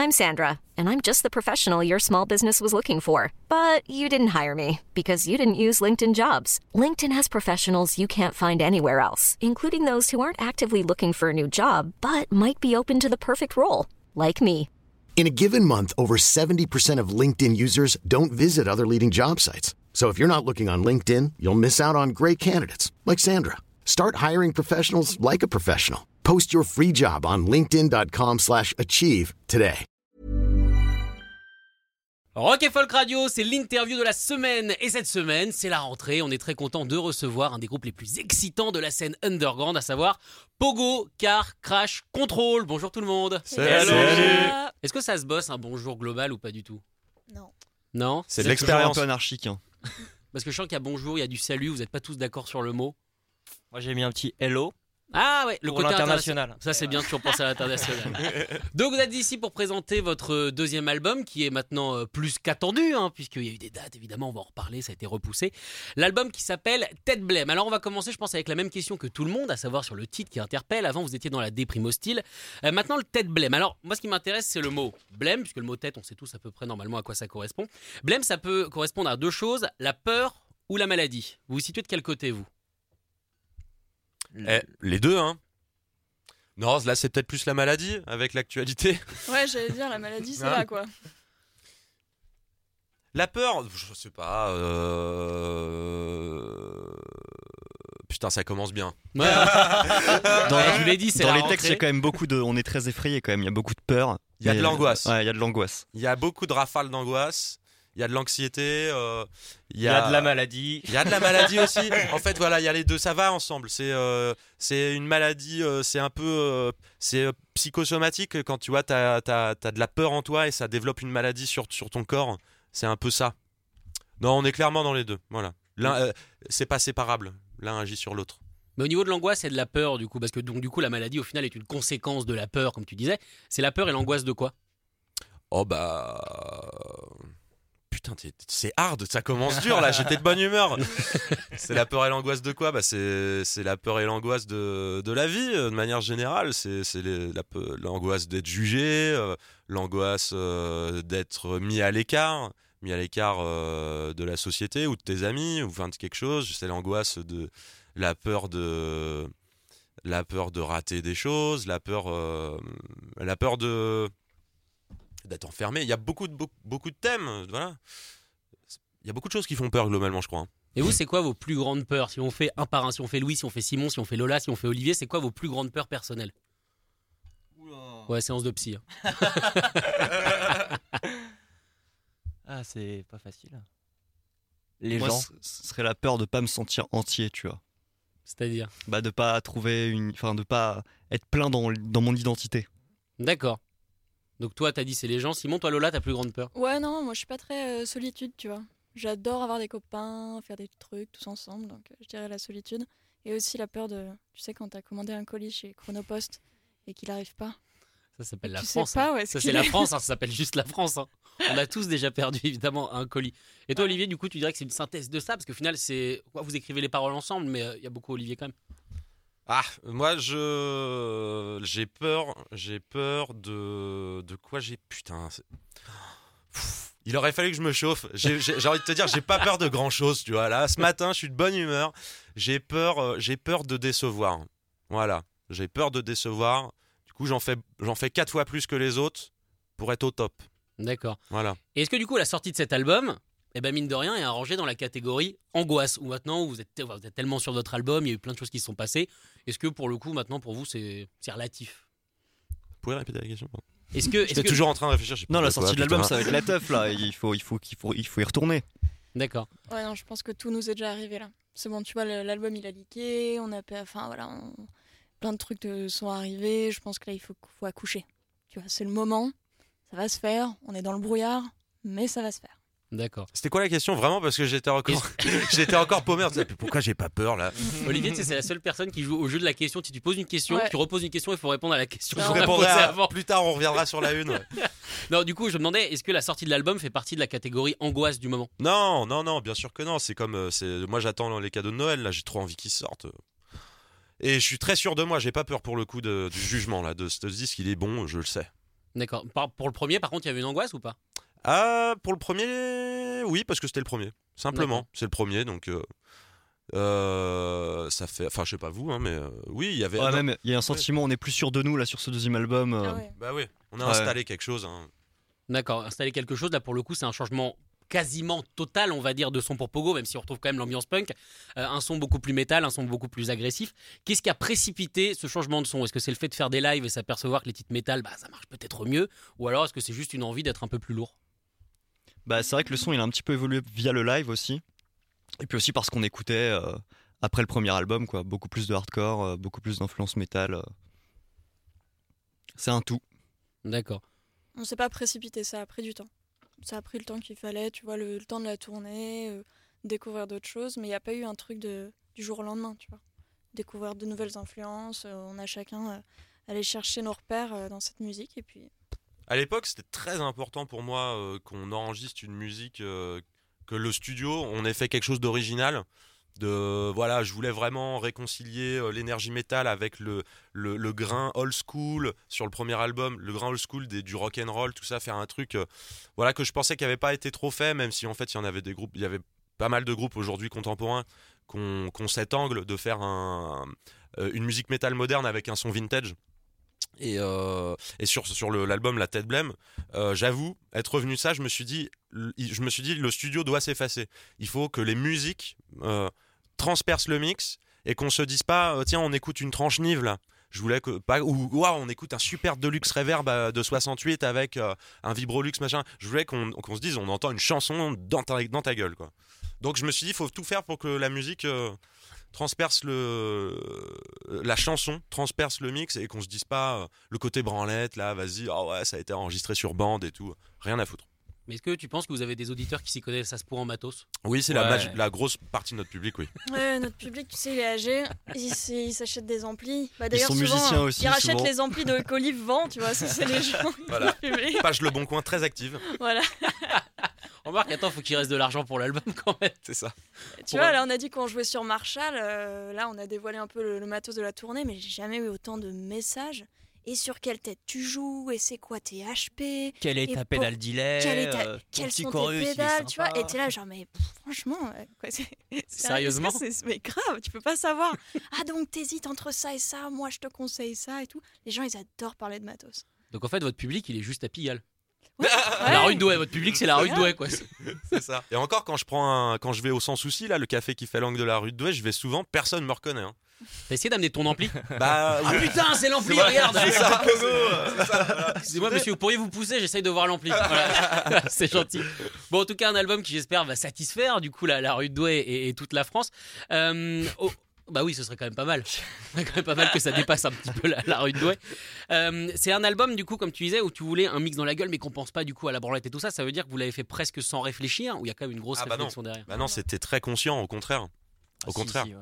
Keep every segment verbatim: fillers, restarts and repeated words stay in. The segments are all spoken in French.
I'm Sandra, and I'm just the professional your small business was looking for. But you didn't hire me because you didn't use LinkedIn Jobs. LinkedIn has professionals you can't find anywhere else, including those who aren't actively looking for a new job, but might be open to the perfect role, like me. In a given month, over seventy percent of LinkedIn users don't visit other leading job sites. So if you're not looking on LinkedIn, you'll miss out on great candidates like Sandra. Start hiring professionals like a professional. Post your free job on linkedin.com slash achieve today. Rock et Folk Radio, c'est l'interview de la semaine. Et cette semaine, c'est la rentrée. On est très content de recevoir un des groupes les plus excitants de la scène underground, à savoir Pogo Car Crash Control. Bonjour tout le monde. Salut. Salut. Est-ce que ça se bosse un bonjour global ou pas du tout? Non. Non? C'est de l'expérience un peu anarchique. Hein. Parce que je sens qu'il y a bonjour, il y a du salut, vous n'êtes pas tous d'accord sur le mot. Moi j'ai mis un petit hello. Ah ouais, le pour côté l'international. international. Ça c'est bien, toujours penser à l'international. Donc vous êtes ici pour présenter votre deuxième album qui est maintenant euh, plus qu'attendu, hein, puisqu'il y a eu des dates, évidemment, on va en reparler, ça a été repoussé. L'album qui s'appelle Tête Blême. Alors on va commencer, je pense, avec la même question que tout le monde, à savoir sur le titre qui interpelle. Avant vous étiez dans la déprime hostile. Euh, maintenant le Tête Blême. Alors moi ce qui m'intéresse c'est le mot blême, puisque le mot tête on sait tous à peu près normalement à quoi ça correspond. Blême ça peut correspondre à deux choses, la peur ou la maladie. Vous vous situez de quel côté vous? Eh, les deux, hein. Non, là, c'est peut-être plus la maladie avec l'actualité. Ouais, j'allais dire, la maladie, c'est Hein là, quoi. La peur, je sais pas. Euh... Putain, ça commence bien. Ouais. Dans, je vous l'ai dit, c'est dans la les rentrée. textes, il y a quand même beaucoup de. On est très effrayé quand même. Il y a beaucoup de peur. Il y a de l'angoisse. Ouais, il y a de l'angoisse. Il y a beaucoup de rafales d'angoisse. Il y a de l'anxiété. Euh, il, y a... il y a de la maladie. Il y a de la maladie aussi. En fait, voilà, il y a les deux. Ça va ensemble. C'est, euh, c'est une maladie. Euh, c'est un peu, euh, c'est euh, psychosomatique quand tu vois, t'as, t'as, t'as de la peur en toi et ça développe une maladie sur, sur ton corps. C'est un peu ça. Non, on est clairement dans les deux. Voilà. L'un, euh, c'est pas séparable. L'un agit sur l'autre. Mais au niveau de l'angoisse et de la peur, du coup, parce que donc du coup, la maladie au final est une conséquence de la peur, comme tu disais. C'est la peur et l'angoisse de quoi? Oh bah. Putain, t'es, c'est hard, ça commence dur là, j'étais de bonne humeur. C'est la peur et l'angoisse de quoi? Bah c'est, c'est la peur et l'angoisse de, de la vie, de manière générale. C'est, c'est les, la, l'angoisse d'être jugé, euh, l'angoisse euh, d'être mis à l'écart, mis à l'écart euh, de la société ou de tes amis, ou enfin de quelque chose. C'est l'angoisse de la peur de, la peur de rater des choses, la peur, euh, la peur de... d'être enfermé. Il y a beaucoup de, beaucoup, beaucoup de thèmes, voilà. Il y a beaucoup de choses qui font peur globalement, je crois. Hein. Et vous, c'est quoi vos plus grandes peurs? Si on fait un par un, si on fait Louis, si on fait Simon, si on fait Lola, si on fait Olivier, c'est quoi vos plus grandes peurs personnelles? Oula. Ouais, séance de psy. Hein. Ah, c'est pas facile. Les Moi, gens. ce serait la peur de pas me sentir entier, tu vois. C'est-à-dire? Bah de pas trouver une, enfin de pas être plein dans dans mon identité. D'accord. Donc toi, t'as dit c'est les gens. Simon, toi Lola, ta plus grande peur? Ouais, non, moi, je suis pas très euh, solitude, tu vois. J'adore avoir des copains, faire des trucs tous ensemble, donc euh, je dirais la solitude. Et aussi la peur de, tu sais, quand t'as commandé un colis chez Chronopost et qu'il arrive pas. Ça s'appelle la Tu France. sais pas, hein. ouais, Ça ce c'est qu'il la est. France, hein. Ça s'appelle juste la France. Hein. On a tous déjà perdu évidemment un colis. Et toi Olivier, du coup, tu dirais que c'est une synthèse de ça, parce qu'au final, c'est quoi, vous écrivez les paroles ensemble, mais il euh, y a beaucoup Olivier quand même. Ah, moi je j'ai peur, j'ai peur de de quoi j'ai putain. C'est... Pff, il aurait fallu que je me chauffe. J'ai, j'ai, j'ai envie de te dire, j'ai pas peur de grand chose, tu vois. Là, ce matin, je suis de bonne humeur. J'ai peur, euh, j'ai peur de décevoir. Voilà, j'ai peur de décevoir. Du coup, j'en fais j'en fais quatre fois plus que les autres pour être au top. D'accord. Voilà. Et est-ce que du coup, la sortie de cet album, eh ben mine de rien, est arrangée dans la catégorie angoisse, où maintenant vous êtes, vous êtes tellement sur votre album, il y a eu plein de choses qui se sont passées. Est-ce que pour le coup, maintenant pour vous, c'est, c'est relatif? Vous pouvez répéter la question? Est-ce que, est-ce J'étais que... toujours en train de réfléchir. je sais Non, pas la quoi, sortie de l'album, putain. c'est avec la teuf là. Il faut, il faut, qu'il faut, il faut y retourner. D'accord. Ouais, non, je pense que tout nous est déjà arrivé là. C'est bon, tu vois, le- l'album il a leaké, on a, pa- enfin voilà, on- plein de trucs de- sont arrivés. Je pense que là il faut, faut accoucher. Tu vois, c'est le moment, ça va se faire. On est dans le brouillard, mais ça va se faire. D'accord. C'était quoi la question vraiment? Parce que j'étais encore, j'étais encore paumé. Je me disais, pourquoi j'ai pas peur là? Olivier, tu sais, c'est la seule personne qui joue au jeu de la question. Si tu poses une question, Ouais. tu reposes une question, il faut répondre à la question. Je qu'on Je a répondrai posée à- avant. plus tard, on reviendra sur la une. Ouais. Non, du coup, je me demandais, est-ce que la sortie de l'album fait partie de la catégorie angoisse du moment? Non, non, non, bien sûr que non. C'est comme, euh, c'est, moi j'attends les cadeaux de Noël. Là, j'ai trop envie qu'ils sortent. Et je suis très sûr de moi. J'ai pas peur pour le coup de, du jugement là, de ce disque. Il est bon, je le sais. D'accord. Par- pour le premier, par contre, il y avait une angoisse ou pas? Ah, pour le premier, oui, parce que c'était le premier. Simplement, D'accord. c'est le premier, donc euh, euh, ça fait. Enfin, je sais pas vous, hein, mais euh, oui, il y avait. Ouais, non, même, il y a un sentiment, on est plus sûr de nous là sur ce deuxième album. euh, Ah ouais. Bah oui, on a Ouais. installé quelque chose. Hein. D'accord. Installer quelque chose, là, pour le coup, c'est un changement quasiment total, on va dire, de son pour Pogo, même si on retrouve quand même l'ambiance punk. Euh, un son beaucoup plus métal, un son beaucoup plus agressif. Qu'est-ce qui a précipité ce changement de son? Est-ce que c'est le fait de faire des lives et s'apercevoir que les titres métal, bah, ça marche peut-être mieux? Ou alors est-ce que c'est juste une envie d'être un peu plus lourd? Bah, c'est vrai que le son il a un petit peu évolué via le live aussi. Et puis aussi parce qu'on écoutait euh, après le premier album, quoi, beaucoup plus de hardcore, euh, beaucoup plus d'influence métal. euh. C'est un tout. D'accord. On s'est pas précipité, ça a pris du temps. Ça a pris le temps qu'il fallait, tu vois, le, le temps de la tournée, euh, découvrir d'autres choses, mais il n'y a pas eu un truc de, du jour au lendemain, tu vois. Découvrir de nouvelles influences, euh, on a chacun euh, allé chercher nos repères euh, dans cette musique, et puis À l'époque, c'était très important pour moi euh, qu'on enregistre une musique, euh, que le studio, on ait fait quelque chose d'original. De voilà, je voulais vraiment réconcilier euh, l'énergie métal avec le, le le grain old school sur le premier album, le grain old school des, du rock and roll, tout ça, faire un truc euh, voilà que je pensais qu'il n'avait pas été trop fait, même si en fait il y en avait des groupes, il y avait pas mal de groupes aujourd'hui contemporains qui ont, qui ont cet angle de faire un, euh, une musique métal moderne avec un son vintage. Et, euh, et sur, sur le, l'album La Tête Blême, euh, j'avoue, être revenu de ça, je me suis dit, je me suis dit, le studio doit s'effacer. Il faut que les musiques euh, transpercent le mix et qu'on se dise pas, euh, tiens, on écoute une tranche Nive là. Je voulais que pas ou waouh, on écoute un super Deluxe Reverb euh, de soixante-huit avec euh, un Vibrolux machin. Je voulais qu'on, qu'on se dise, on entend une chanson dans ta, dans ta gueule quoi. Donc je me suis dit, il faut tout faire pour que la musique euh, transperce le la chanson, transperce le mix et qu'on se dise pas euh, le côté branlette là, vas-y, oh ouais, ça a été enregistré sur bande et tout, rien à foutre. Mais est-ce que tu penses que vous avez des auditeurs qui s'y connaissent à ce point en matos? Oui, c'est la, Ouais. maj- la grosse partie de notre public, oui. ouais, notre public, tu sais, il est âgé, il, s- il s'achète des amplis. Bah, d'ailleurs, sont souvent, musiciens euh, aussi, ils rachètent souvent. les amplis de qu'Olive vend, tu vois, ça c'est les gens Voilà. du public. Page Le Bon Coin très active, Voilà. Remarque, attends, faut qu'il reste de l'argent pour l'album quand même. c'est ça. Tu vois, là, on a dit qu'on jouait sur Marshall. euh, là, on a dévoilé un peu le, le matos de la tournée, mais j'ai jamais eu autant de messages. Et sur quelle tête tu joues? Et c'est quoi tes H P? Quelle est Et ta pour- pédale delay Quelle est ta- euh, ton Quelles petit sont chorus, il tes est pédales? Tu vois? sympa. Et t'es là, genre, mais pff, franchement, euh, quoi, c'est- c'est- Sérieusement c'est- c'est- Mais grave, tu peux pas savoir. Ah, donc t'hésites entre ça et ça, moi je te conseille ça et tout. Les gens, ils adorent parler de matos. Donc en fait, votre public, il est juste à Pigalle. Ouais. La rue de Douai, votre public, c'est la rue de Douai, quoi. C'est ça. Et encore, quand je prends un, quand je vais au Sans Souci, là, le café qui fait l'angle de la rue de Douai, je vais souvent, personne me reconnaît. Hein. T'as essayé d'amener ton ampli? Bah, Ah oui. putain, c'est l'ampli, C'est vrai. regarde! C'est ça. C'est ça, voilà. Excusez-moi, monsieur, vous pourriez vous pousser, j'essaye de voir l'ampli. Voilà. C'est gentil. Bon, en tout cas, un album qui, j'espère, va satisfaire, du coup, la, la rue de Douai et, et toute la France. Euh, oh, bah oui, ce serait quand même pas mal. Ce serait quand même pas mal que ça dépasse un petit peu la, la rue de Douai. Euh, c'est un album, du coup, comme tu disais, où tu voulais un mix dans la gueule, mais qu'on pense pas, du coup, à la branlette et tout ça. Ça veut dire que vous l'avez fait presque sans réfléchir, ou il y a quand même une grosse Ah bah non. réflexion derrière? Bah non, c'était très conscient, au contraire. Au Ah, si, contraire. si, ouais.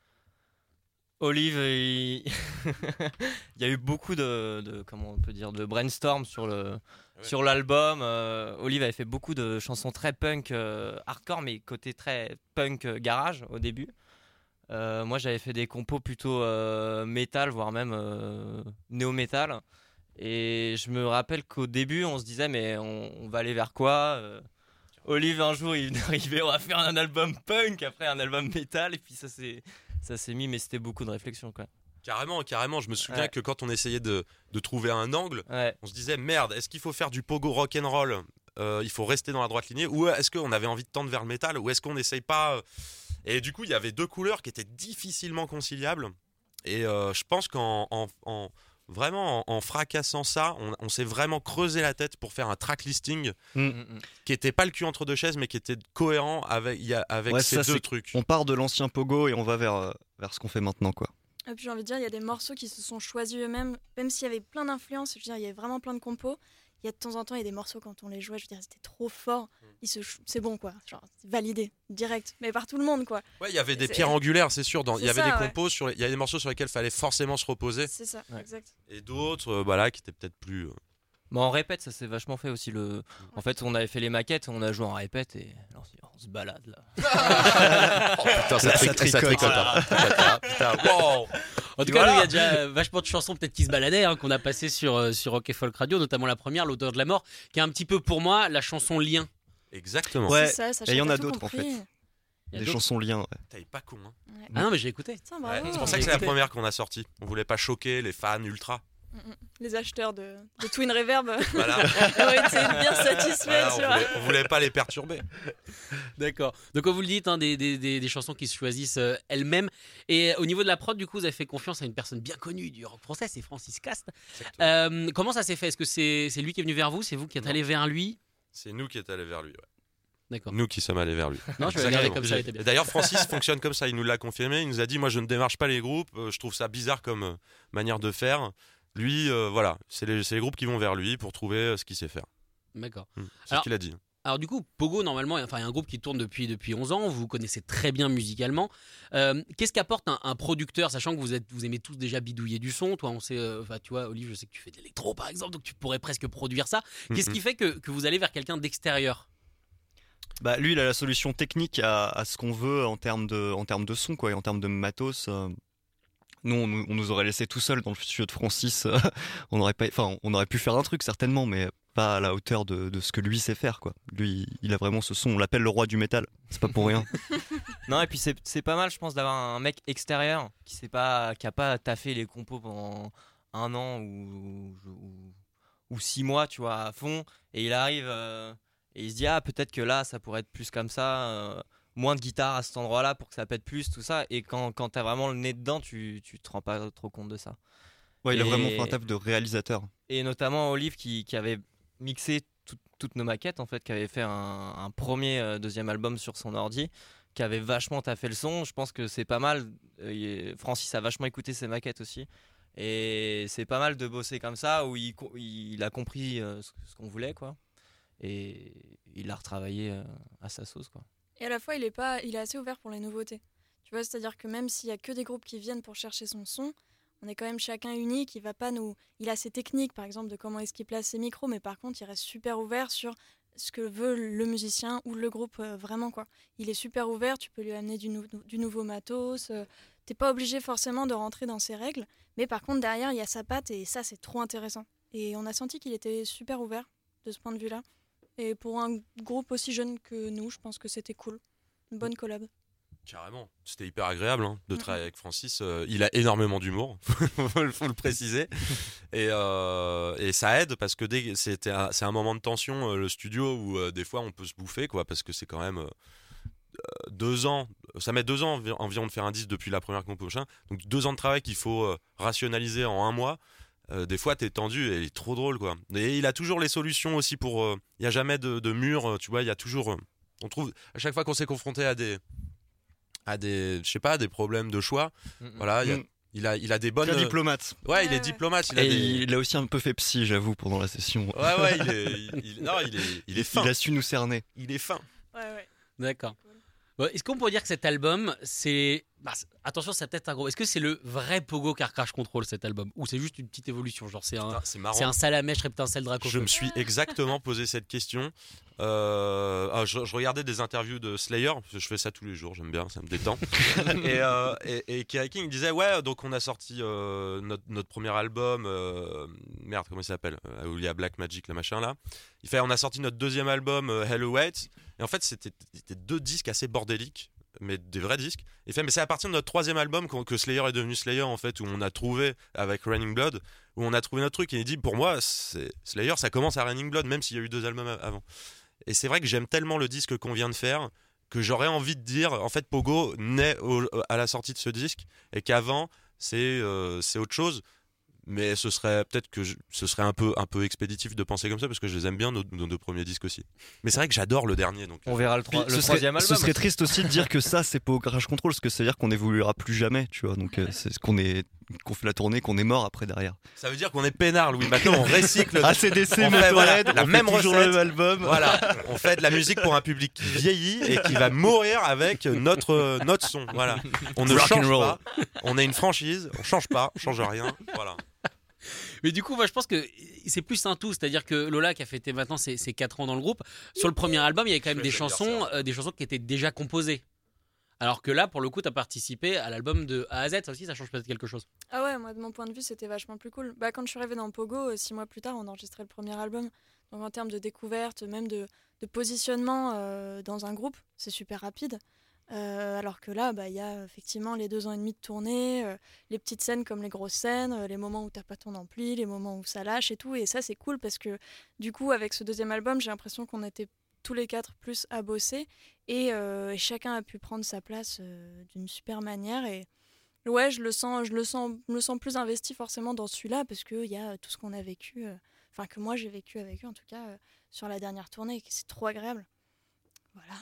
Olive, il... il y a eu beaucoup de, de comment on peut dire de brainstorm sur le Ouais. sur l'album. Euh, Olive avait fait beaucoup de chansons très punk, euh, hardcore, mais côté très punk euh, garage au début. Euh, moi, j'avais fait des compos plutôt euh, métal, voire même euh, néo-métal. Et je me rappelle qu'au début, on se disait mais on, on va aller vers quoi euh, Olive, un jour, il venait arriver, on va faire un album punk, après un album métal, et puis ça s'est ça s'est mis, mais c'était beaucoup de réflexion, quoi. Carrément, carrément. Je me souviens Ouais. que quand on essayait de, de trouver un angle, Ouais. on se disait merde, est-ce qu'il faut faire du pogo rock and roll euh, Il faut rester dans la droite lignée, ou est-ce qu'on avait envie de tendre vers le métal, ou est-ce qu'on n'essaye pas euh, Et du coup, il y avait deux couleurs qui étaient difficilement conciliables. Et euh, je pense qu'en en, en- vraiment en, en fracassant ça, on, on s'est vraiment creusé la tête pour faire un track listing Mm. Mm, mm. qui était pas le cul entre deux chaises, mais qui était cohérent avec, il y a- avec Ouais, ces ça, deux c'est- trucs. On part de l'ancien Pogo et on va vers, euh, vers ce qu'on fait maintenant, quoi. Et puis j'ai envie de dire, il y a des morceaux qui se sont choisis eux-mêmes, même s'il y avait plein d'influences, je veux dire, il y avait vraiment plein de compos. Il y a de temps en temps, il y a des morceaux quand on les jouait, je veux dire, c'était trop fort. Ils se ch- c'est bon, quoi. Genre, c'est validé, direct, mais par tout le monde, quoi. Ouais, il y avait des C'est- pierres angulaires, c'est sûr. Dans- Il y C'est avait ça, des ouais. compos sur, les- il y a des morceaux sur lesquels il fallait forcément se reposer, C'est ça, Ouais. exact. et d'autres, euh, voilà, qui étaient peut-être plus, euh, Mais en répète, ça s'est vachement fait aussi. Le... En fait, on avait fait les maquettes, on a joué en répète et alors, on se balade là. Oh putain, ça, Là, tri- ça ça tricote. tricote. hein. Putain, putain, wow. En tout Et cas, voilà. nous, il y a déjà vachement de chansons peut-être qui se baladaient, hein, qu'on a passées sur, euh, sur Rock et Folk Radio, notamment la première, L'odeur de la mort, qui est un petit peu pour moi la chanson lien. Exactement. Ouais. C'est ça, ça, et il y en j'ai a pas d'autres, tout en fait. compris. Il y a Les d'autres- chansons liens. Ouais. T'es pas con, hein. Ouais. Ah non, mais j'ai écouté. Putain, Ouais, bravo. c'est pour ça que J'ai c'est la écouté. première qu'on a sortie. On voulait pas choquer les fans ultra. Mm, mm. Les acheteurs de, de Twin Reverb Voilà. auraient été bien satisfaits, Voilà, on, tu vois. voulait, on voulait pas les perturber. D'accord. Donc, comme vous le dites, hein, des, des, des, des chansons qui se choisissent euh, elles-mêmes. Et au niveau de la prod, du coup, vous avez fait confiance à une personne bien connue du rock français, c'est Francis Cast. Exactement. Euh, comment ça s'est fait? Est-ce que c'est c'est lui qui est venu vers vous? C'est vous qui êtes Non. allé vers lui? C'est nous qui est allés vers lui. Ouais. D'accord. Nous qui sommes allés vers lui. Non, je vais regarder Exactement. comme ça, elle était bien. Et d'ailleurs, Francis fonctionne comme ça. Il nous l'a confirmé. Il nous a dit, moi, je ne démarche pas les groupes. Euh, Je trouve ça bizarre comme euh, manière de faire. Lui, euh, voilà, c'est les, c'est les groupes qui vont vers lui pour trouver euh, ce qu'il sait faire. D'accord. Hmm. C'est Alors- ce qu'il a dit. Alors du coup, Pogo, normalement, enfin, il y a un groupe qui tourne depuis, depuis onze ans, vous vous connaissez très bien musicalement. Euh, Qu'est-ce qu'apporte un, un producteur, sachant que vous, êtes, vous aimez tous déjà bidouiller du son? Toi, on sait, euh, enfin, tu vois, Olive, je sais que tu fais de l'électro, par exemple, donc tu pourrais presque produire ça. Qu'est-ce Mhm. qui fait que, que vous allez vers quelqu'un d'extérieur? Bah, lui, il a la solution technique à, à ce qu'on veut en termes de, en termes de son, quoi, et en termes de matos. euh, Nous, on, nous- on nous aurait laissé tout seul dans le studio de Francis. euh, on aurait pas, enfin, on aurait pu faire un truc certainement, mais pas à la hauteur de, de ce que lui sait faire, quoi. Lui, il a vraiment ce son. On l'appelle le roi du métal. C'est pas pour rien. Non, et puis c'est c'est pas mal, je pense, d'avoir un mec extérieur qui sait pas, qui a pas taffé les compos pendant un an ou, ou, ou six mois, tu vois, à fond, et il arrive euh, et il se dit ah peut-être que là ça pourrait être plus comme ça, euh, moins de guitare à cet endroit-là pour que ça pète plus, tout ça. Et quand quand t'as vraiment le nez dedans, tu tu te rends pas trop compte de ça. Ouais, il a Et- vraiment fait un taf de réalisateur. Et notamment Olive qui, qui avait mixé tout- toutes nos maquettes, en fait, qui avait fait un, un premier, euh, deuxième album sur son ordi, qui avait vachement taffé le son. Je pense que c'est pas mal. Euh, il- Francis a vachement écouté ses maquettes aussi. Et c'est pas mal de bosser comme ça, où il, co- il a compris euh, ce, ce qu'on voulait, quoi. Et il a retravaillé euh, à sa sauce, quoi. Et à la fois, il est, pas, il est assez ouvert pour les nouveautés. Tu vois, c'est-à-dire que même s'il y a que des groupes qui viennent pour chercher son son, on est quand même chacun unique. Il va pas nous, il a ses techniques, par exemple, de comment est-ce qu'il place ses micros, mais par contre, il reste super ouvert sur ce que veut le musicien ou le groupe euh, vraiment, quoi. Il est super ouvert. Tu peux lui amener du, nou- du nouveau matos. Euh, t'es pas obligé forcément de rentrer dans ses règles, mais par contre derrière, il y a sa patte et ça, c'est trop intéressant. Et on a senti qu'il était super ouvert de ce point de vue-là. Et pour un groupe aussi jeune que nous, je pense que c'était cool. Une bonne collab. Carrément. C'était hyper agréable hein, de Mhm. travailler avec Francis. Euh, il a énormément d'humour, faut, le- faut le préciser. Et, euh, et ça aide parce que dès, c'était un, c'est un moment de tension, euh, le studio, où euh, des fois on peut se bouffer, quoi, parce que c'est quand même euh, deux ans. Ça met deux ans envi- environ de faire un disque depuis la première compo. machin. Donc deux ans de travail qu'il faut euh, rationaliser en un mois. Euh, des fois, t'es tendu et il est trop drôle, quoi. Et il a toujours les solutions aussi pour. Il euh, n'y a jamais de, de mur, euh, tu vois. Il y a toujours. euh, on trouve à chaque fois qu'on s'est confronté à des, à des, je sais pas, des problèmes de choix. Voilà, il y a- Mm. il a, il a des bonnes. Très diplomate. Ouais, il Ouais, est ouais. diplomate. Il a Et des. il a aussi un peu fait psy, j'avoue, pendant la session. Ouais, ouais, il est, il, il- non, il est, il est fin. Il a su nous cerner. Il est fin. Ouais, ouais. D'accord. Bon, est-ce qu'on pourrait dire que cet album, c'est... bah, c'est- attention, c'est peut-être un gros... Est-ce que c'est le vrai Pogo Car Crash Control, cet album? Ou c'est juste une petite évolution? Genre, c'est un, Putain, c'est marrant. c'est un salamèche reptincelle Je dracofeu. me suis exactement posé cette question. Euh, ah, je, je regardais des interviews de Slayer, parce que je fais ça tous les jours, j'aime bien, ça me détend. et, euh, et, et Kerry King disait ouais, donc on a sorti euh, notre, notre premier album, euh, merde, comment il s'appelle, euh, où il y a Black Magic, le machin là. Il fait on a sorti notre deuxième album, euh, Hello Wait, et en fait c'était, c'était deux disques assez bordéliques, mais des vrais disques. Il fait mais c'est à partir de notre troisième album qu'on- que Slayer est devenu Slayer en fait, où on a trouvé avec Raining Blood, où on a trouvé notre truc. Et il dit pour moi c'est Slayer, ça commence à Raining Blood, même s'il y a eu deux albums a- avant. Et c'est vrai que j'aime tellement le disque qu'on vient de faire que j'aurais envie de dire en fait Pogo naît au- à la sortie de ce disque et qu'avant c'est euh, c'est autre chose. Mais ce serait peut-être que je- ce serait un peu un peu expéditif de penser comme ça parce que je les aime bien nos, nos deux premiers disques aussi. Mais c'est vrai que j'adore le dernier donc. On verra le, Puis troi- le ce serait, troisième ce album. serait aussi. triste aussi de dire que ça c'est pas au Crash Control, parce que ça veut dire qu'on évoluera plus jamais, tu vois. Donc euh, c'est ce qu'on est, qu'on fait la tournée, qu'on est mort après derrière. Ça veut dire qu'on est peinard, Louis. Maintenant on recycle. A C D C, On fait, voilà, Motorhead, la on fait même toujours recette. le même album. Voilà, on fait de la musique pour un public qui vieillit et qui va mourir avec notre notre son. Voilà, on ne Rock and change roll. pas. On est une franchise, on change pas, on change rien. Voilà. Mais du coup, moi, je pense que c'est plus un tout. C'est-à-dire que Lola, qui a fêté maintenant ses, ses quatre ans dans le groupe, sur le premier album, il y avait quand même Je des vais chansons, dire ça. euh, des chansons qui étaient déjà composées. Alors que là, pour le coup, tu as participé à l'album de A à Z. Ça aussi, ça change peut-être quelque chose. Ah ouais, moi de mon point de vue, c'était vachement plus cool. Bah, quand je suis arrivée dans Pogo, euh, six mois plus tard, on enregistrait le premier album. Donc en termes de découverte, même de, de positionnement euh, dans un groupe, c'est super rapide. Euh, alors que là, bah, il y a effectivement les deux ans et demi de tournée, euh, les petites scènes comme les grosses scènes, euh, les moments où t'as pas ton ampli, les moments où ça lâche et tout. Et ça, c'est cool parce que du coup, avec ce deuxième album, j'ai l'impression qu'on était tous les quatre plus à bosser et, euh, et chacun a pu prendre sa place euh, d'une super manière. Et ouais, je le sens, je le sens, je me sens plus investi forcément dans celui-là parce qu'il y a tout ce qu'on a vécu, euh, enfin que moi j'ai vécu avec eux en tout cas euh, sur la dernière tournée, et que c'est trop agréable. Voilà.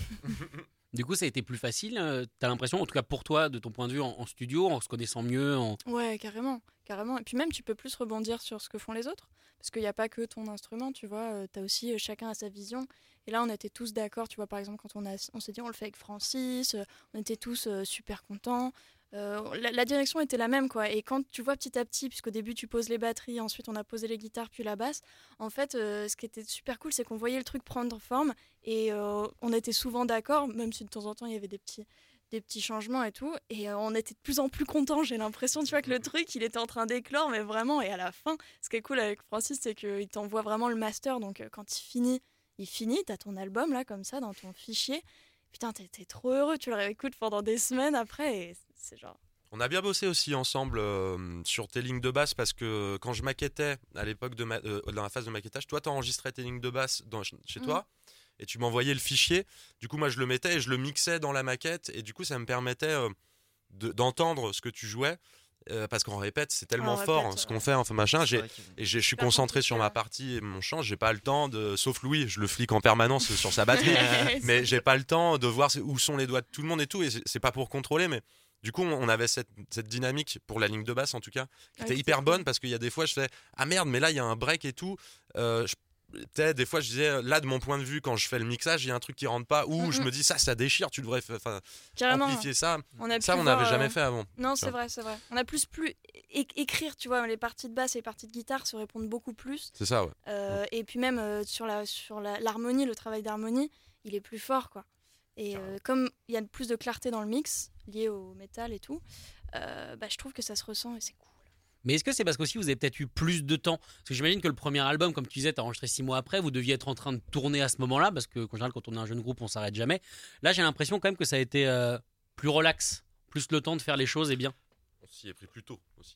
Du coup, ça a été plus facile. euh, T'as l'impression, en tout cas pour toi, de ton point de vue en, en studio, en se connaissant mieux. En... Ouais, carrément, carrément. Et puis même, tu peux plus rebondir sur ce que font les autres, parce qu'il n'y a pas que ton instrument, tu vois. Euh, t'as aussi euh, chacun a sa vision. Et là, on était tous d'accord, tu vois. Par exemple, quand on a, on s'est dit, on le fait avec Francis, euh, on était tous euh, super contents. Euh, la, la direction était la même, quoi. Et quand tu vois petit à petit, puisqu'au début tu poses les batteries, ensuite on a posé les guitares, puis la basse. En fait, euh, ce qui était super cool, c'est qu'on voyait le truc prendre forme et euh, on était souvent d'accord, même si de temps en temps il y avait des petits, des petits changements et tout. Et euh, on était de plus en plus contents. J'ai l'impression, tu vois, que le truc il était en train d'éclore, mais vraiment. Et à la fin, ce qui est cool avec Francis, c'est qu'il t'envoie vraiment le master. Donc euh, quand il finit, il finit. T'as ton album là, comme ça, dans ton fichier. Putain, t'es, t'es trop heureux. Tu le réécoutes pendant des semaines après. Et c'est genre. On a bien bossé aussi ensemble euh, sur tes lignes de basse parce que quand je maquettais à l'époque de ma- euh, dans la phase de maquettage, toi t'enregistrais tes lignes de basse dans, chez Mhm. toi et tu m'envoyais le fichier. Du coup, moi je le mettais et je le mixais dans la maquette et du coup ça me permettait euh, de- d'entendre ce que tu jouais euh, parce qu'on répète, c'est tellement Ah, on fort répète, ce qu'on ouais. fait, enfin machin. C'est J'ai, vrai qu'il- et j'ai- je suis Super concentré sur compliqué, ma ouais. partie et mon chant. J'ai pas le temps de, sauf Louis, je le flique en permanence sur sa batterie. Mais j'ai pas le temps de voir où sont les doigts de tout le monde et tout. Et c'est- c'est pas pour contrôler, mais du coup, on avait cette, cette dynamique pour la ligne de basse en tout cas, qui Ouais, était qui hyper était bonne cool. parce qu'il y a des fois, je fais ah merde, mais là il y a un break et tout. Euh, je- peut-être des fois, je disais là de mon point de vue, quand je fais le mixage, il y a un truc qui rentre pas, ou Mhm. je me dis ça, ça déchire, tu devrais fa- fa- Carrément. amplifier ça. On a Ça, pu on voir, n'avait euh, jamais fait avant. Non, Tu c'est vois. vrai, c'est vrai. On a plus plus é- écrire, tu vois, les parties de basse et les parties de guitare se répondent beaucoup plus. C'est ça, ouais. Euh, et puis même euh, sur la sur la- l'harmonie, le travail d'harmonie, il est plus fort, quoi. Et euh, comme il y a plus de clarté dans le mix lié au métal et tout, euh, bah, je trouve que ça se ressent et c'est cool. Mais est-ce que c'est parce qu'aussi vous avez peut-être eu plus de temps? Parce que j'imagine que le premier album, comme tu disais, t'as enregistré six mois après, vous deviez être en train de tourner à ce moment-là, parce que en général, quand on est un jeune groupe, on s'arrête jamais. Là, j'ai l'impression quand même que ça a été euh, plus relax, plus le temps de faire les choses et bien. On s'y est pris plus tôt aussi.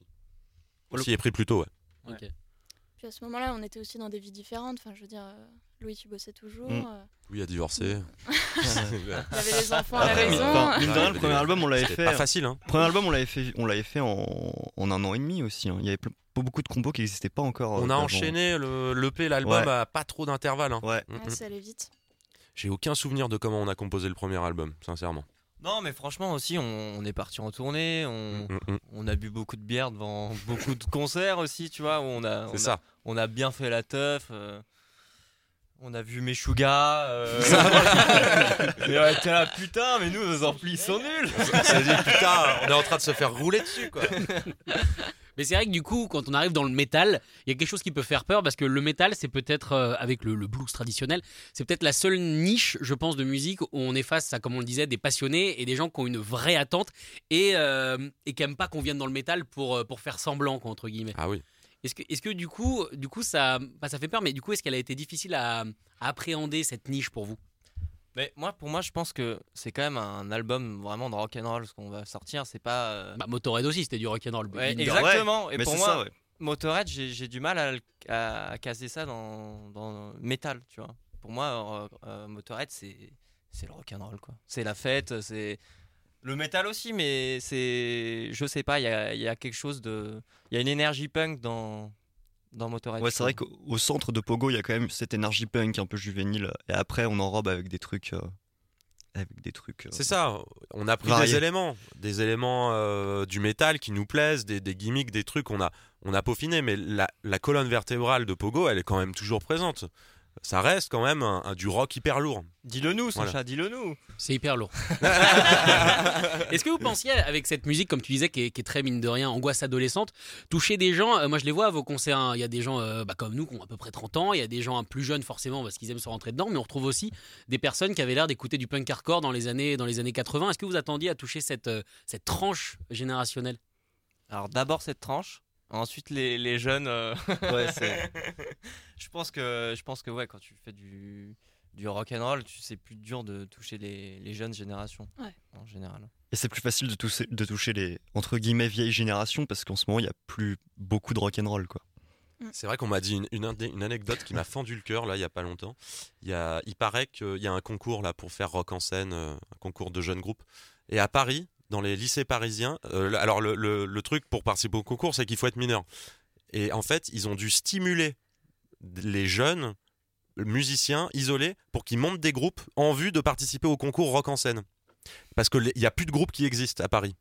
On s'y est pris plus tôt, ouais. Ok. Puis à ce moment-là, on était aussi dans des vies différentes. Enfin, je veux dire, euh, Louis, tu bossais toujours. Mm. euh, Louis a divorcé. il avait les enfants à la Après, mine- maison. enfin, mine de rien, Ouais, le premier album, on l'avait C'était fait. pas facile, hein. Le premier album, on l'avait fait, on l'avait fait en, en un an et demi aussi. hein. Il y avait ple- pas beaucoup de compos qui n'existaient pas encore. euh, On a d'avant. enchaîné le, l'E P, l'album Ouais. à pas trop d'intervalle. hein. Ouais. Mm, Ouais, mm. ça allait vite. J'ai aucun souvenir de comment on a composé le premier album, sincèrement. Non, mais franchement aussi, on, on est parti en tournée, on, Mm, mm. on a bu beaucoup de bière devant beaucoup de concerts aussi, tu vois, où on a, on C'est a, ça. on a bien fait la teuf. euh, on a vu Meshuga. Euh, et on était là, putain, mais nous, nos amplis sont nuls. On s'est dit putain, on est en train de se faire rouler dessus, quoi. Mais c'est vrai que du coup, quand on arrive dans le métal, il y a quelque chose qui peut faire peur parce que le métal, c'est peut-être, euh, avec le, le blues traditionnel, c'est peut-être la seule niche, je pense, de musique où on est face à, comme on le disait, des passionnés et des gens qui ont une vraie attente et, euh, et qui n'aiment pas qu'on vienne dans le métal pour, euh, pour faire semblant, quoi, entre guillemets. Ah oui. Est-ce que, est-ce que du coup, du coup ça, bah, ça fait peur, mais du coup, est-ce qu'elle a été difficile à, à appréhender cette niche pour vous? Mais moi, pour moi, je pense que c'est quand même un album vraiment de rock'n'roll ce qu'on va sortir. C'est pas. euh, Bah, Motorhead aussi, c'était du rock'n'roll. ouais, mine de rien. exactement. Et Mais pour c'est moi, ça, ouais. Motorhead, j'ai j'ai du mal à, le- à, à caser ça dans, dans métal, tu vois. Pour moi, euh, euh, Motorhead, c'est c'est le rock'n'roll, quoi. C'est la fête, c'est le métal aussi, mais c'est, je sais pas, il y a, il y a quelque chose de, il y a une énergie punk dans dans Motorhead. Ouais, je c'est vrai trouve. qu'au au centre de Pogo, il y a quand même cette énergie punk un peu juvénile. Et après, on enrobe avec des trucs. euh, avec des trucs. euh, C'est ça, on a pris variés. des éléments, des éléments euh, du métal qui nous plaisent, des, des gimmicks, des trucs, on a, on a peaufiné, mais la, la colonne vertébrale de Pogo, elle est quand même toujours présente. ça reste quand même un, un- du rock hyper lourd. Dis-le nous, Sacha, Voilà. dis-le nous. C'est hyper lourd. Est-ce que vous pensiez, avec cette musique, comme tu disais, qui est, qui est très mine de rien, angoisse adolescente, toucher des gens, euh, moi je les vois à vos concerts, hein, il y a des gens euh, bah, comme nous qui ont à peu près trente ans, il y a des gens hein, plus jeunes forcément parce qu'ils aiment se rentrer dedans, mais on retrouve aussi des personnes qui avaient l'air d'écouter du punk hardcore dans les années, dans les années quatre-vingts. Est-ce que vous attendiez à toucher cette, euh, cette tranche générationnelle ? Alors d'abord cette tranche, ensuite les, les jeunes. euh, Ouais, c'est- je pense que je pense que ouais, quand tu fais du du rock and roll, tu c'est plus dur de toucher les, les jeunes générations Ouais. en général. Et c'est plus facile de toucher, de toucher les entre guillemets vieilles générations parce qu'en ce moment il y a plus beaucoup de rock'n'roll quoi. C'est vrai qu'on m'a dit une, une, indé- une anecdote qui m'a fendu le cœur là il y a pas longtemps. Il, y a, il paraît qu'il y a un concours là pour faire rock en scène, euh, un concours de jeunes groupes. Et à Paris, dans les lycées parisiens, euh, le- alors le, le- le truc pour participer au concours, c'est qu'il faut être mineur. Et en fait, ils ont dû stimuler les jeunes musiciens isolés pour qu'ils montent des groupes en vue de participer au concours rock en scène. Parce qu'il n'y a plus de groupes qui existent à Paris.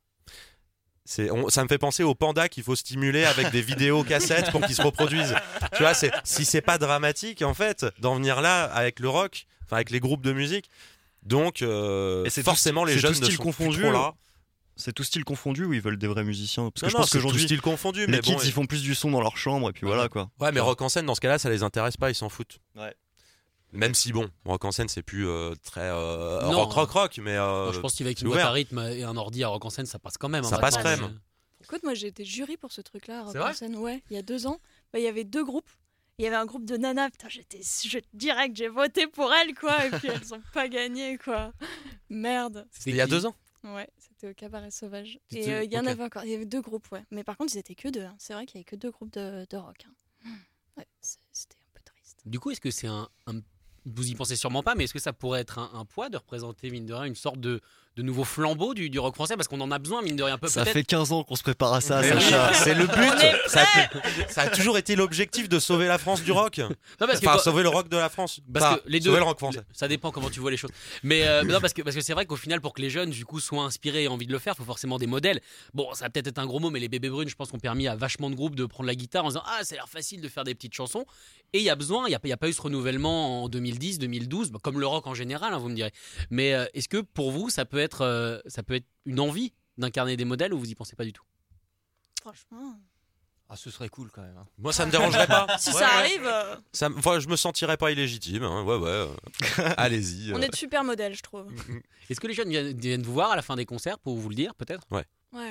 C'est, on- ça me fait penser aux pandas qu'il faut stimuler avec des vidéos cassettes pour qu'ils se reproduisent. Tu vois, c'est, si c'est pas dramatique en fait d'en venir là avec le rock, enfin avec les groupes de musique, donc euh, Et c'est forcément tout- les c'est jeunes tout ne style sont confondu, plus trop là. C'est tout style confondu ou ils veulent des vrais musiciens parce que Non, je non, pense c'est tout qu'aujourd'hui style confondu, les mais kids bon, ils font plus du son dans leur chambre et puis Ouais. voilà quoi. ouais, mais rock en scène dans ce cas-là, ça les intéresse pas, ils s'en foutent. Ouais. Même si bon, rock en scène c'est plus euh, très euh, Non. rock rock rock, mais euh, Non, je pense qu'avec c'est une boîte ouvert. à rythme et un ordi à rock en scène, ça passe quand même. Ça hein, passe maintenant, crème. mais- Écoute, moi j'ai été jury pour ce truc-là, à Rock C'est en vrai scène, ouais, il y a deux ans. Bah, il y avait deux groupes. Il y avait un groupe de nanas, putain, j'étais je, direct, j'ai voté pour elles, quoi, et puis elles ont pas gagné, quoi. Merde. C'était il y a qui deux ans. Ouais, c'était au Cabaret Sauvage. C'était- Et euh, il y en ok. avait encore, il y avait deux groupes, ouais. Mais par contre, ils étaient que deux. hein. C'est vrai qu'il y avait que deux groupes de, de rock. hein. Ouais, c'est- c'était un peu triste. Du coup, est-ce que c'est un, un- Vous y pensez sûrement pas, mais est-ce que ça pourrait être un, un poids de représenter, mine de rien, une sorte de, de nouveau flambeau du, du rock français? Parce qu'on en a besoin, mine de rien, un peu Ça peut-être. fait quinze ans qu'on se prépare à ça, Mais oui, Sacha. c'est le but. Ça a, ça a toujours été l'objectif de sauver la France du rock. Non, parce que Enfin, quand- sauver le rock de la France. Parce Enfin, que les deux, sauver le rock français. ça dépend comment tu vois les choses. Mais euh, non, parce que parce que c'est vrai qu'au final, pour que les jeunes du coup soient inspirés et aient envie de le faire, il faut forcément des modèles. Bon, ça va peut-être être un gros mot, mais les bébés brunes, je pense, ont permis à vachement de groupes de prendre la guitare en disant ah, ça a l'air facile de faire des petites chansons. Et il y a besoin, il y a, il y a pas eu ce renouvellement en deux mille dix, deux mille douze, bah, comme le rock en général, hein, vous me direz. Mais euh, est-ce que pour vous, ça peut être euh, ça peut être une envie d'incarner des modèles ou vous y pensez pas du tout? Franchement. Ah, ce serait cool quand même. hein. Moi, ça me dérangerait pas. Si Ouais, ça ouais. arrive, euh, Ça, me- enfin, je me sentirais pas illégitime. hein. Ouais, ouais. euh, Allez-y. on euh. est de super modèles, je trouve. Est-ce que les jeunes viennent, viennent vous voir à la fin des concerts pour vous le dire, peut-être? Ouais,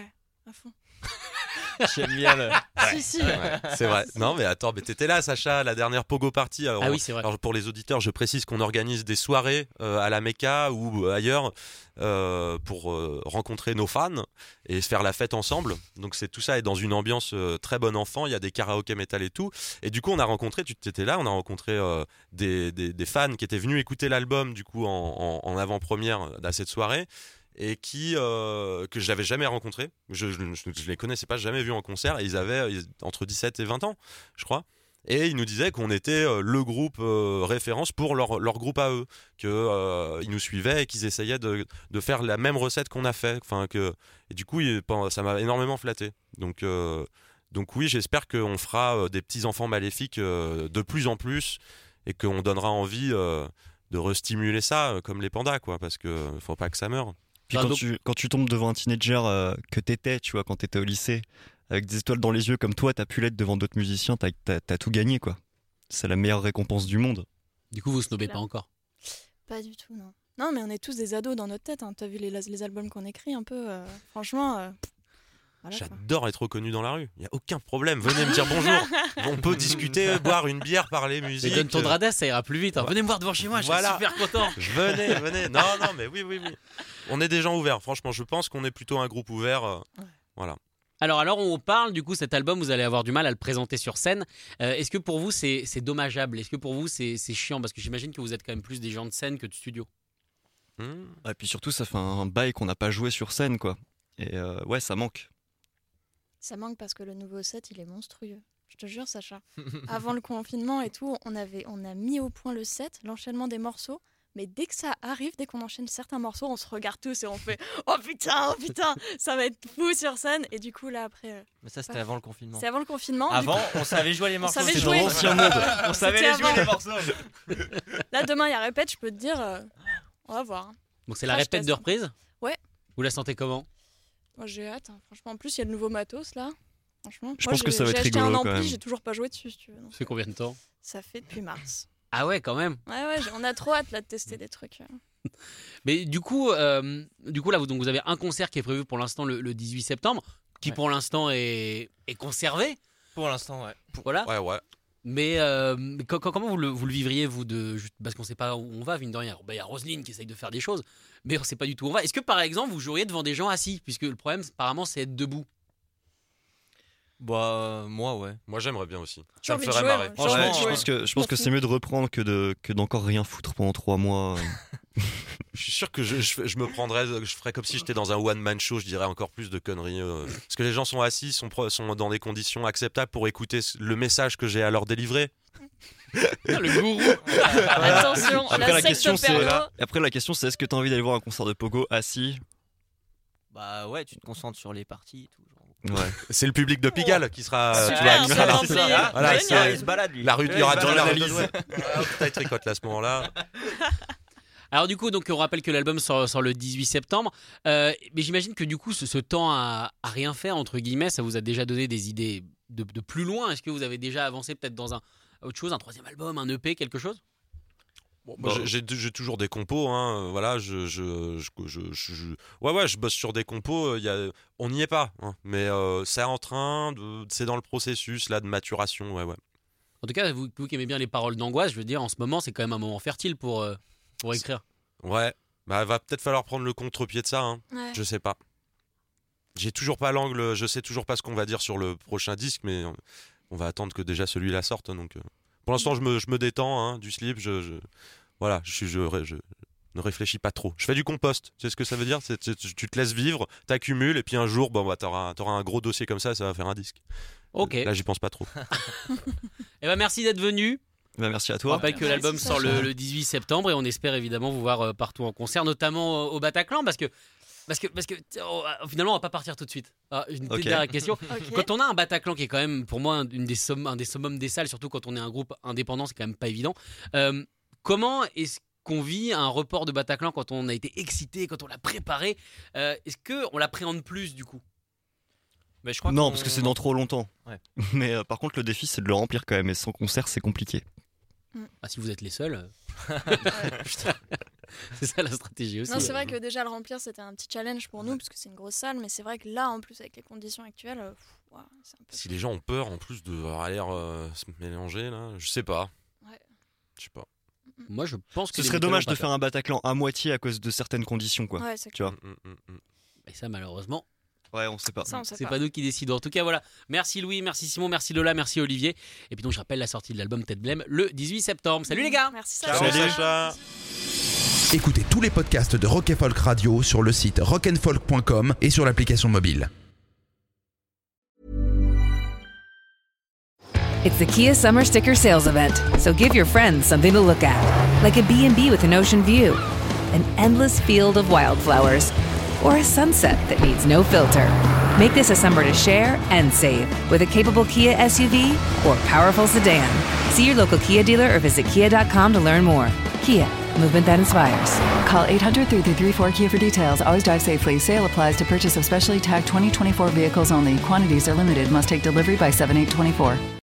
à fond. J'aime bien le. Si, si. Ouais, c'est vrai. Non, mais attends, mais t'étais là, Sacha, la dernière Pogo Party. Alors, Ah oui, c'est vrai. alors, pour les auditeurs, je précise qu'on organise des soirées euh, à la Mecca ou euh, ailleurs euh, pour euh, rencontrer nos fans et se faire la fête ensemble. Donc, c'est tout ça est dans une ambiance euh, très bon enfant. Il y a des karaokés métal et tout. Et du coup, on a rencontré, tu étais là, on a rencontré euh, des, des, des fans qui étaient venus écouter l'album du coup en, en, en avant-première à cette soirée. Et qui euh, que je n'avais jamais rencontré, je, je, je, je les connaissais pas, jamais vu en concert, et ils avaient ils- entre dix-sept et vingt ans, je crois, et ils nous disaient qu'on était euh, le groupe euh, référence pour leur, leur groupe à eux, que euh, ils nous suivaient et qu'ils essayaient de, de faire la même recette qu'on a fait, enfin que et du coup il- ça m'a énormément flatté. Donc euh, donc oui, j'espère qu'on fera euh, des petits enfants maléfiques euh, de plus en plus et qu'on donnera envie euh, de restimuler ça euh, comme les pandas, quoi, parce que faut pas que ça meure. Puis Ah, quand, donc- tu, quand tu tombes devant un teenager euh, que t'étais, tu vois, quand t'étais au lycée, avec des étoiles dans les yeux comme toi, t'as pu l'être devant d'autres musiciens, t'as, t'as, t'as tout gagné, quoi. C'est la meilleure récompense du monde. Du coup, vous snobez C'est pas là. encore. Pas du tout, non. Non, mais on est tous des ados dans notre tête. Hein. T'as vu les, les albums qu'on écrit un peu euh, franchement. euh, voilà, quoi. J'adore être reconnu dans la rue. Il y a aucun problème. Venez me dire bonjour. On peut discuter, boire une bière, parler Mais musique. donne ton adresse, ça ira plus vite. hein. Ouais. Venez me voir devant chez moi, je Voilà. suis super content. Je venez, venez. Non, non, mais oui, oui, oui. On est des gens ouverts. Franchement, je pense qu'on est plutôt un groupe ouvert. euh, Ouais. Voilà. Alors, alors on parle du coup cet album, vous allez avoir du mal à le présenter sur scène. Euh, est-ce que pour vous c'est, c'est dommageable? Est-ce que pour vous c'est, c'est chiant? Parce que j'imagine que vous êtes quand même plus des gens de scène que de studio. Hmm. Et puis surtout, ça fait un bail qu'on n'a pas joué sur scène, quoi. Et euh, ouais, ça manque. Ça manque parce que le nouveau set, il est monstrueux. Je te jure, Sacha. Avant le confinement et tout, on, avait, on a mis au point le set, l'enchaînement des morceaux. Mais dès que ça arrive, dès qu'on enchaîne certains morceaux, on se regarde tous et on fait « Oh putain, oh putain, ça va être fou sur scène !» Et du coup, là, après... euh, Mais ça, c'était avant le confinement. C'est avant le confinement. du Avant, coup- on savait jouer les morceaux. savait c'était jouer. dans l'ancien monde. On savait C'était les jouer avant. les morceaux. Là, demain, il y a répète, je peux te dire... euh, On va voir. Donc c'est la Crash répète test, de hein. reprise. Ouais. Vous la sentez comment? Moi, j'ai hâte. hein. Franchement, en plus, il y a le nouveau matos, là. Franchement, Je moi, pense que j'ai- ça va j'ai être acheté rigolo, un quand ampli, même. j'ai toujours pas joué dessus, si tu veux. donc, Ça fait combien de temps? Ça fait depuis mars. Ah ouais, quand même. Ouais, ouais, j'ai- on a trop hâte là de tester des trucs. euh. Mais du coup, euh, du coup là, vous, donc, vous avez un concert qui est prévu pour l'instant le, le dix-huit septembre, qui Ouais. pour l'instant est, est conservé. Pour l'instant, ouais. Voilà. Ouais, ouais. Mais, euh, mais co- co- comment vous le, vous le vivriez, vous, de, juste parce qu'on sait pas où on va, mine de rien. Bah, il y a Roselyne qui essaye de faire des choses, mais on sait pas du tout où on va. Est-ce que, par exemple, vous joueriez devant des gens assis? Puisque le problème, apparemment, c'est être debout. Bah, euh, moi, ouais. Moi, j'aimerais bien aussi. J'ai Ça me envie de ferait jouer, marrer. moi. Franchement, J'ai envie de Ouais, je jouer. pense que je pense que c'est mieux de reprendre que de que d'encore rien foutre pendant trois mois. euh. Je suis sûr que je, je, je me prendrais, je ferais comme si j'étais dans un one-man show, je dirais encore plus de conneries. euh, parce que les gens sont assis, sont, pro- sont dans des conditions acceptables pour écouter le message que j'ai à leur délivrer. Le gourou. Attention, Après la, la secte question c'est Perlo. après la question c'est est-ce que t'as envie d'aller voir un concert de pogo assis? Bah, ouais, tu te concentres sur les parties et tout. Genre. Ouais. C'est le public de Pigalle qui sera, euh, Super, tu vois, c'est animé. rempli. ça. Voilà, Génial. c'est- il se balade, lui. La rue, il y Ouais, aura il se durant la balade, release. ouais. Ah, putain, il tricote là à ce moment-là. Alors du coup, donc on rappelle que l'album sort, sort le dix-huit septembre. Euh, mais j'imagine que du coup, ce, ce temps à, à rien faire entre guillemets, ça vous a déjà donné des idées de, de plus loin. Est-ce que vous avez déjà avancé peut-être dans un autre chose, un troisième album, un E P, quelque chose? Bon, moi, j'ai- j'ai j'ai toujours des compos, hein. euh, Voilà, je, je, je, je, je- je- ouais, ouais, je bosse sur des compos. euh, Il y a, on n'y est pas, hein, mais euh, c'est en train de, c'est dans le processus là de maturation, ouais, ouais. En tout cas, vous, vous qui aimez bien les paroles d'angoisse, je veux dire, en ce moment, c'est quand même un moment fertile pour, euh, pour écrire. Ouais, bah va peut-être falloir prendre le contre-pied de ça, hein. Ouais. Je sais pas. J'ai toujours pas l'angle, je sais toujours pas ce qu'on va dire sur le prochain disque, mais euh, on va attendre que déjà celui-là sorte. Donc, euh, pour l'instant, je me, je me détends, hein, du slip, je, je- voilà, je, suis- je, je- je ne réfléchis pas trop. Je fais du compost, tu sais ce que ça veut dire? C'est- c'est- Tu te laisses vivre, t'accumules, et puis un jour, bon, bah, t'auras, t'auras un gros dossier comme ça, ça va faire un disque. Ok. Là, j'y pense pas trop. Eh ben merci d'être venu. Bah, merci à On toi. rappelle que Merci, l'album Sacha. sort le, le dix-huit septembre et on espère évidemment vous voir euh, partout en concert, notamment euh, au Bataclan, parce que parce que parce que oh, euh, finalement on va pas partir tout de suite. Ah, une petite Ok. dernière question. Ok. Quand on a un Bataclan qui est quand même pour moi une des somm- un des summums des salles, surtout quand on est un groupe indépendant, c'est quand même pas évident. Euh, comment est-ce qu'on vit un report de Bataclan quand on a été excité, quand on l'a préparé? Euh, Est-ce que on l'appréhende plus du coup? Mais je crois Non, qu'on- parce que c'est dans trop longtemps. Ouais. Mais euh, par contre, le défi, c'est de le remplir quand même. Et sans concert, c'est compliqué. Ah, si vous êtes les seuls, euh, putain. C'est ça la stratégie aussi. Non, c'est vrai que déjà le remplir c'était un petit challenge pour nous parce que c'est une grosse salle, mais c'est vrai que là en plus avec les conditions actuelles, euh, pff, ouah, c'est un peu. Si les gens ont peur en plus de avoir l'air euh, se mélanger, là, je sais pas. Ouais. Je sais pas. Moi je pense que Ce les serait Métallos dommage ont de pas faire un Bataclan à moitié à cause de certaines conditions, quoi. Ouais, c'est Tu vois. Mm, mm, mm. Et ça malheureusement. Ouais, on sait pas. ça, on sait C'est pas. pas nous qui décidons. En tout cas, voilà. Merci Louis, merci Simon, merci Lola, merci Olivier. Et puis donc, je rappelle la sortie de l'album Tête Blême le dix-huit septembre. Salut les gars! Merci Ciao, Sacha. Sacha. Écoutez tous les podcasts de Rock and Folk Radio sur le site rock and folk point com et sur l'application mobile. It's the Kia Summer Sticker Sales Event, so give your friends something to look at, like a B and B with an ocean view, an endless field of wildflowers, or a sunset that needs no filter. Make this a summer to share and save with a capable Kia S U V or powerful sedan. See your local Kia dealer or visit kia dot com to learn more. Kia, movement that inspires. Call eight hundred, three three three, four K I A for details. Always drive safely. Sale applies to purchase of specially tagged twenty twenty-four vehicles only. Quantities are limited. Must take delivery by seven eight twenty-four.